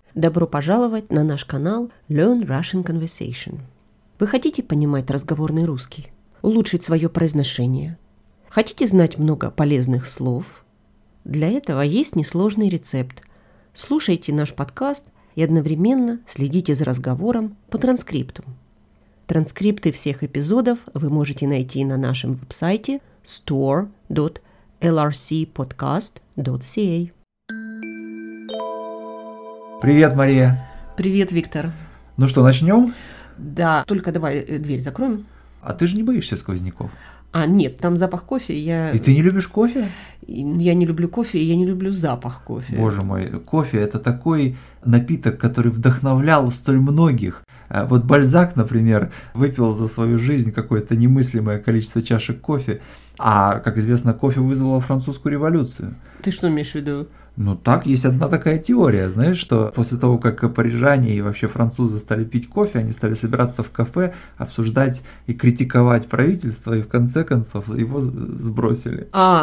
Добро пожаловать на наш канал Learn Russian Conversation. Вы хотите понимать разговорный русский? Улучшить свое произношение? Хотите знать много полезных слов? Для этого есть несложный рецепт. Слушайте наш подкаст и одновременно следите за разговором по транскрипту. Транскрипты всех эпизодов вы можете найти на нашем веб-сайте store.lrcpodcast.ca. Привет, Мария. Привет, Виктор. Ну что, начнем? Да, только давай дверь закроем. А ты же не боишься сквозняков? Нет, там запах кофе. И ты не любишь кофе? Я не люблю кофе, и я не люблю запах кофе. Боже мой, кофе – это такой напиток, который вдохновлял столь многих. Вот Бальзак, например, выпил за свою жизнь какое-то немыслимое количество чашек кофе, а, как известно, кофе вызвало французскую революцию. Ты что имеешь в виду? Ну так, есть одна такая теория, знаешь, что после того, как парижане и вообще французы стали пить кофе, они стали собираться в кафе, обсуждать и критиковать правительство, и в конце концов его сбросили.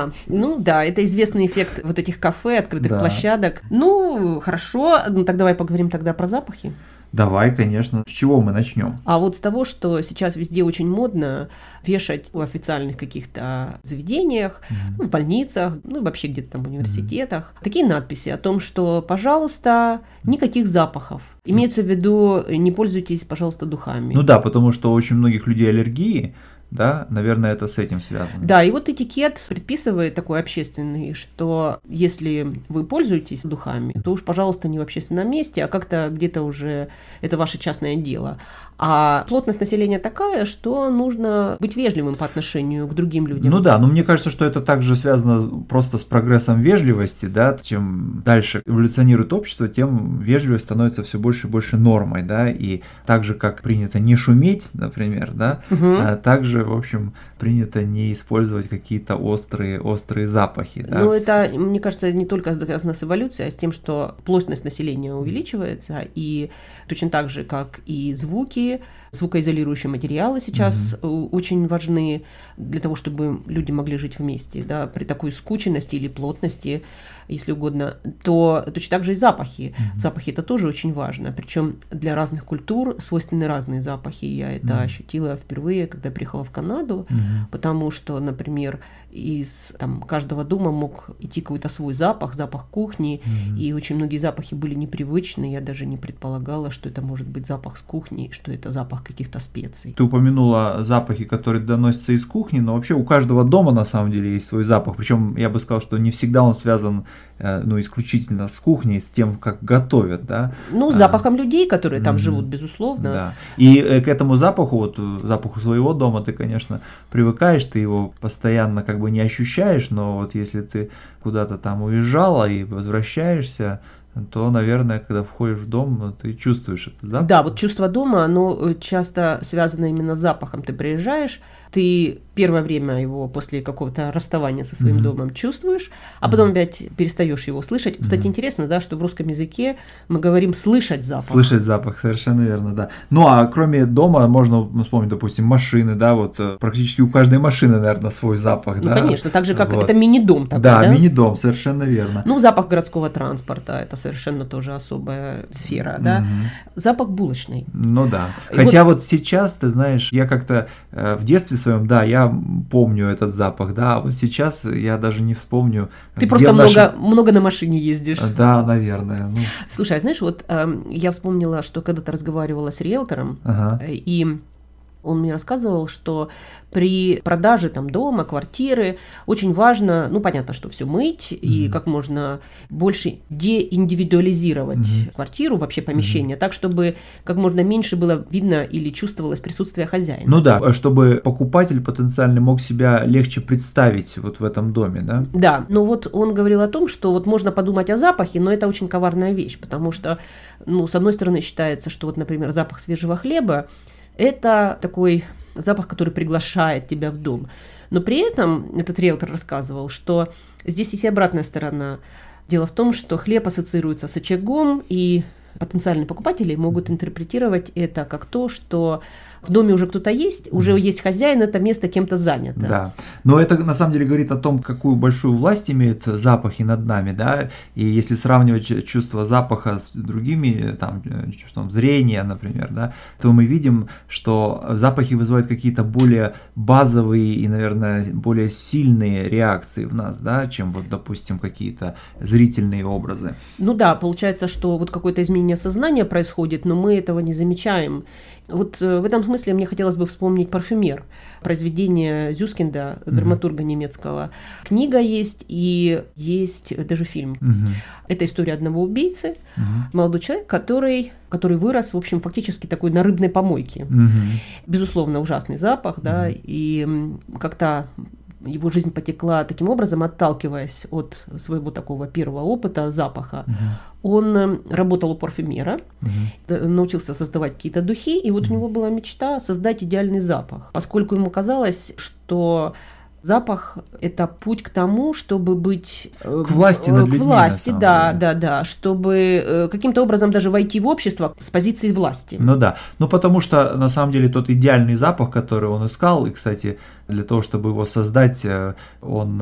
Ну да, это известный эффект вот этих кафе, открытых площадок. Ну, хорошо, так давай поговорим тогда про запахи. Давай, конечно. С чего мы начнем? Вот с того, что сейчас везде очень модно вешать в официальных каких-то заведениях, в больницах, ну и вообще где-то там в университетах, такие надписи о том, что, пожалуйста, никаких запахов. Имеется в виду, не пользуйтесь, пожалуйста, духами. Ну да, потому что у очень многих людей аллергии. Да, наверное, это с этим связано. Да, и вот этикет предписывает такой общественный, что если вы пользуетесь духами, то уж, пожалуйста, не в общественном месте, а как-то где-то уже это ваше частное дело. А плотность населения такая, что нужно быть вежливым по отношению к другим людям. Ну да, но мне кажется, что это также связано просто с прогрессом вежливости, да, чем дальше эволюционирует общество, тем вежливость становится все больше и больше нормой, да, и так же, как принято не шуметь, например, да, также, в общем, принято не использовать какие-то острые запахи, да. Ну это, мне кажется, не только связано с эволюцией, а с тем, что плотность населения увеличивается, и точно так же, как и звуки, звукоизолирующие материалы сейчас очень важны для того, чтобы люди могли жить вместе, да, при такой скученности или плотности, если угодно, то точно так же и запахи. Запахи – это тоже очень важно, причем для разных культур свойственны разные запахи. Я это ощутила впервые, когда приехала в Канаду, потому что, например, из каждого дома мог идти какой-то свой запах кухни, и очень многие запахи были непривычны, я даже не предполагала, что это может быть запах с кухни, что это запах каких-то специй. Ты упомянула запахи, которые доносятся из кухни, но вообще у каждого дома на самом деле есть свой запах, причем я бы сказал, что не всегда он связан исключительно с кухней, с тем, как готовят, да. Ну, с запахом людей, которые там живут, безусловно. Да. И к этому запаху, запаху своего дома ты, конечно, привыкаешь, ты его постоянно как бы не ощущаешь, но вот если ты куда-то там уезжала и возвращаешься, то, наверное, когда входишь в дом, ты чувствуешь этот запах. Да, вот чувство дома, оно часто связано именно с запахом. Ты приезжаешь, ты первое время его после какого-то расставания со своим домом чувствуешь, а потом опять перестаешь его слышать. Кстати, интересно, да, что в русском языке мы говорим «слышать запах». Слышать запах, совершенно верно, да. Ну, а кроме дома можно вспомнить, допустим, машины, да, вот практически у каждой машины, наверное, свой запах, да. Ну, конечно, так же, как это мини-дом такой, да? Да, мини-дом, совершенно верно. Ну, запах городского транспорта – это совершенно тоже особая сфера, да. Запах булочной. Ну, да. Хотя вот сейчас, ты знаешь, я как-то в детстве своем, да, я помню этот запах, да, а вот сейчас я даже не вспомню. Ты просто много на машине ездишь. Да, наверное. Слушай, а знаешь, вот я вспомнила, что когда-то разговаривала с риэлтором, и он мне рассказывал, что при продаже дома, квартиры очень важно, понятно, что все мыть и как можно больше деиндивидуализировать квартиру, вообще помещение, так, чтобы как можно меньше было видно или чувствовалось присутствие хозяина. Ну да, чтобы покупатель потенциально мог себя легче представить вот в этом доме, да? Да, но вот он говорил о том, что вот можно подумать о запахе, но это очень коварная вещь, потому что, с одной стороны, считается, что вот, например, запах свежего хлеба – это такой запах, который приглашает тебя в дом. Но при этом этот риэлтор рассказывал, что здесь есть и обратная сторона. Дело в том, что хлеб ассоциируется с очагом, и потенциальные покупатели могут интерпретировать это как то, что в доме уже кто-то есть, уже есть хозяин, это место кем-то занято. Да, но это на самом деле говорит о том, какую большую власть имеют запахи над нами, да, и если сравнивать чувство запаха с другими, там, чувством зрения, например, да, то мы видим, что запахи вызывают какие-то более базовые и, наверное, более сильные реакции в нас, да, чем вот, допустим, какие-то зрительные образы. Ну да, получается, что вот какое-то изменение сознания происходит, но мы этого не замечаем. Вот в этом смысле мне хотелось бы вспомнить «Парфюмер», произведение Зюскинда, драматурга немецкого. Книга есть и есть даже фильм. Это история одного убийцы, молодой человек, который вырос, в общем, фактически такой на рыбной помойке. Безусловно, ужасный запах, да, и как-то его жизнь потекла таким образом, отталкиваясь от своего такого первого опыта запаха. Он работал у парфюмера, научился создавать какие-то духи, и вот у него была мечта создать идеальный запах, поскольку ему казалось, что запах – это путь к тому, чтобы быть… К власти над людьми, к власти, да, чтобы каким-то образом даже войти в общество с позиции власти. Ну да, ну потому что на самом деле тот идеальный запах, который он искал, и, кстати, для того, чтобы его создать, он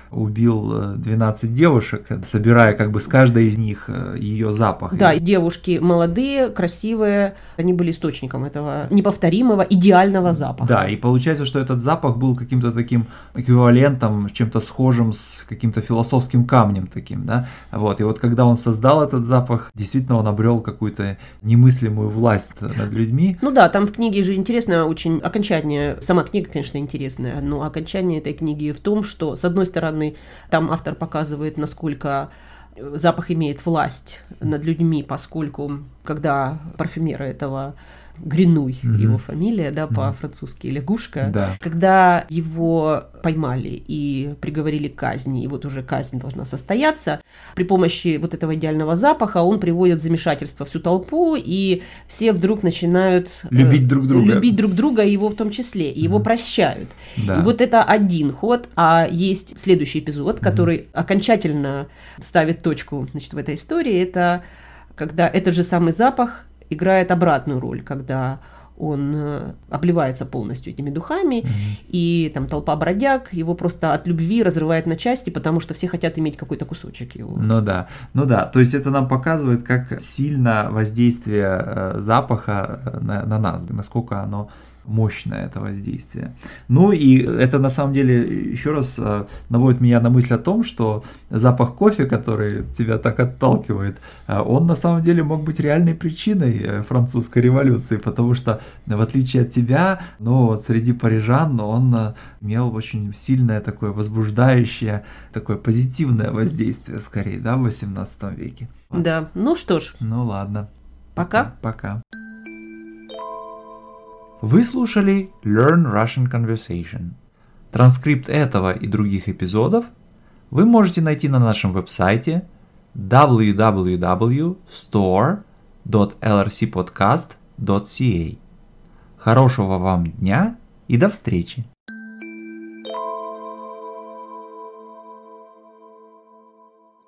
убил 12 девушек, собирая как бы с каждой из них ее запах. Да, девушки молодые, красивые, они были источником этого неповторимого, идеального запаха. Да, и получается, что этот запах был каким-то таким эквивалентом, чем-то схожим с каким-то философским камнем таким, да, вот, и вот когда он создал этот запах, действительно он обрел какую-то немыслимую власть над людьми. Ну да, там в книге же интересно очень окончание, сама книга, конечно, интересная, но окончание этой книги в том, что, с одной стороны, там автор показывает, насколько запах имеет власть над людьми, поскольку, когда парфюмера этого Гринуй, его фамилия, да, по-французски лягушка, да. Когда его поймали и приговорили к казни, и вот уже казнь должна состояться, при помощи вот этого идеального запаха он приводит в замешательство всю толпу, и все вдруг начинают любить друг друга, и его в том числе, и его прощают. Да. И вот это один ход, а есть следующий эпизод, который окончательно ставит точку, значит, в этой истории, это когда этот же самый запах играет обратную роль, когда он обливается полностью этими духами, и там толпа бродяг его просто от любви разрывает на части, потому что все хотят иметь какой-то кусочек его. Ну да, то есть это нам показывает, как сильно воздействие запаха на нас, насколько оно мощное, это воздействие. Ну и это на самом деле еще раз наводит меня на мысль о том, что запах кофе, который тебя так отталкивает, он на самом деле мог быть реальной причиной французской революции, потому что в отличие от тебя, ну вот среди парижан он имел очень сильное такое возбуждающее, такое позитивное воздействие скорее, да, в 18 веке. Да, ну что ж. Ну ладно. Пока. Пока. Вы слушали Learn Russian Conversation. Транскрипт этого и других эпизодов вы можете найти на нашем веб-сайте www.store.lrcpodcast.ca. Хорошего вам дня и до встречи!